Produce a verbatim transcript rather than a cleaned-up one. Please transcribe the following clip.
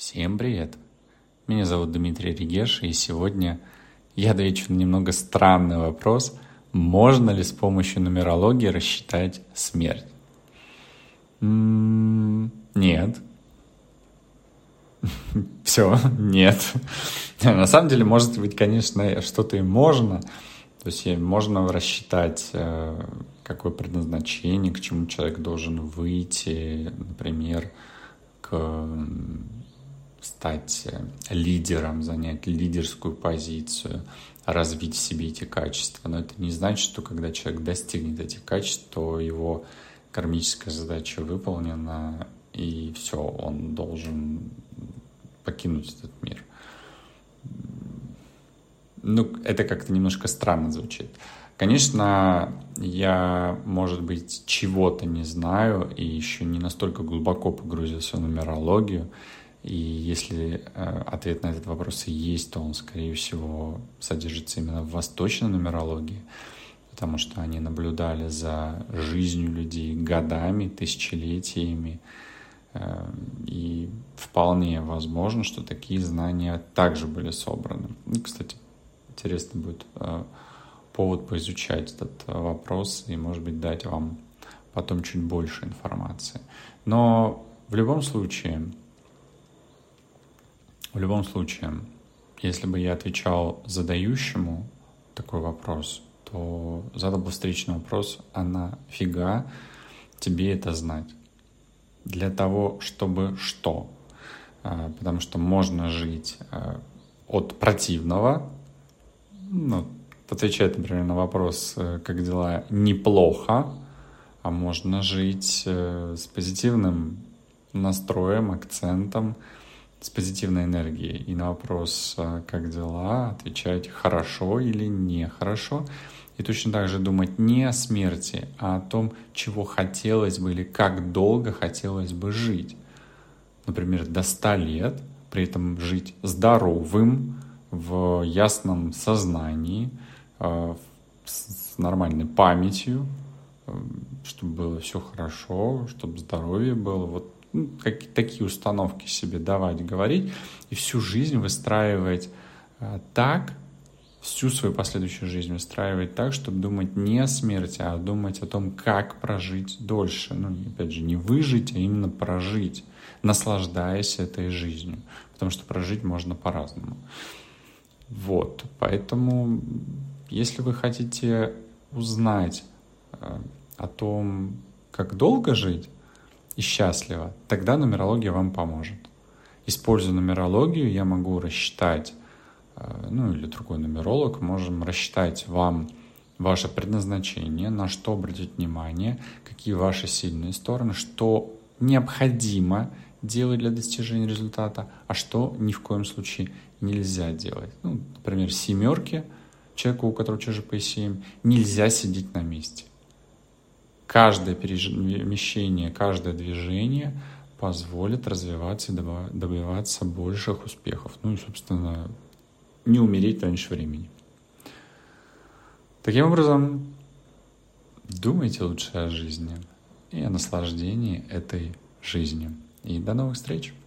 Всем привет! Меня зовут Дмитрий Регеш, и сегодня я отвечу на немного странный вопрос: можно ли с помощью нумерологии рассчитать смерть? М-м- нет. Все, нет. На самом деле, может быть, конечно, что-то и можно. То есть можно рассчитать, э, какое предназначение, к чему человек должен выйти, например, к стать лидером, занять лидерскую позицию, развить в себе эти качества. Но это не значит, что когда человек достигнет этих качеств, то его кармическая задача выполнена, и все, он должен покинуть этот мир. Ну, это как-то немножко странно звучит. Конечно, я, может быть, чего-то не знаю и еще не настолько глубоко погрузился в нумерологию. И если э, ответ на этот вопрос и есть, то он, скорее всего, содержится именно в восточной нумерологии, потому что они наблюдали за жизнью людей годами, тысячелетиями. Э, и вполне возможно, что такие знания также были собраны. И, кстати, интересно будет э, повод поизучать этот вопрос и, может быть, дать вам потом чуть больше информации. Но в любом случае, в любом случае, если бы я отвечал задающему такой вопрос, то задал бы встречный вопрос: а нафига тебе это знать? Для того, чтобы что? Потому что можно жить от противного, ну, отвечать, например, на вопрос, как дела, неплохо, а можно жить с позитивным настроем, акцентом, с позитивной энергией. И на вопрос, как дела, отвечать хорошо или нехорошо. И точно так же думать не о смерти, а о том, чего хотелось бы или как долго хотелось бы жить. Например, до ста лет, при этом жить здоровым, в ясном сознании, с нормальной памятью, чтобы было все хорошо, чтобы здоровье было. Вот ну, как, такие установки себе давать, говорить, и всю жизнь выстраивать а, так, всю свою последующую жизнь выстраивать так, чтобы думать не о смерти, а думать о том, как прожить дольше. Ну, опять же, не выжить, а именно прожить, наслаждаясь этой жизнью. Потому что прожить можно по-разному. Вот, поэтому, если вы хотите узнать э, о том, как долго жить и счастливо, тогда нумерология вам поможет. Используя нумерологию, я могу рассчитать, э, ну или другой нумеролог, можем рассчитать вам ваше предназначение, на что обратить внимание, какие ваши сильные стороны, что необходимо делать для достижения результата, а что ни в коем случае нельзя делать. Ну, например, семерки, человеку, у которого ЧЖП семь, нельзя сидеть на месте. Каждое перемещение, каждое движение позволит развиваться и добиваться больших успехов. Ну и, собственно, не умереть раньше времени. Таким образом, думайте лучше о жизни и о наслаждении этой жизнью. И до новых встреч!